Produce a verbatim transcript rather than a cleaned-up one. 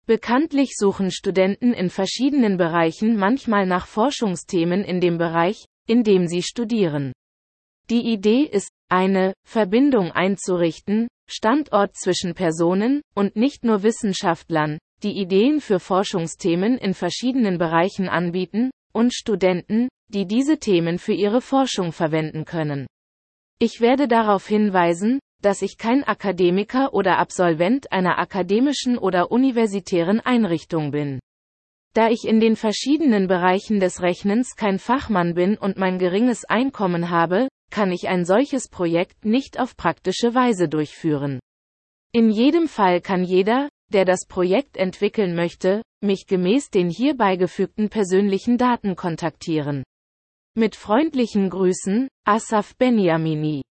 Bekanntlich suchen Studenten in verschiedenen Bereichen manchmal nach Forschungsthemen in dem Bereich, in dem sie studieren. Die Idee ist, eine Verbindung einzurichten, Standort zwischen Personen, und nicht nur Wissenschaftlern, die Ideen für Forschungsthemen in verschiedenen Bereichen anbieten, und Studenten, die diese Themen für ihre Forschung verwenden können. Ich werde darauf hinweisen, dass ich kein Akademiker oder Absolvent einer akademischen oder universitären Einrichtung bin. Da ich in den verschiedenen Bereichen des Rechnens kein Fachmann bin und mein geringes Einkommen habe, kann ich ein solches Projekt nicht auf praktische Weise durchführen. In jedem Fall kann jeder, der das Projekt entwickeln möchte, mich gemäß den hier beigefügten persönlichen Daten kontaktieren. Mit freundlichen Grüßen, Asaf Beniamini.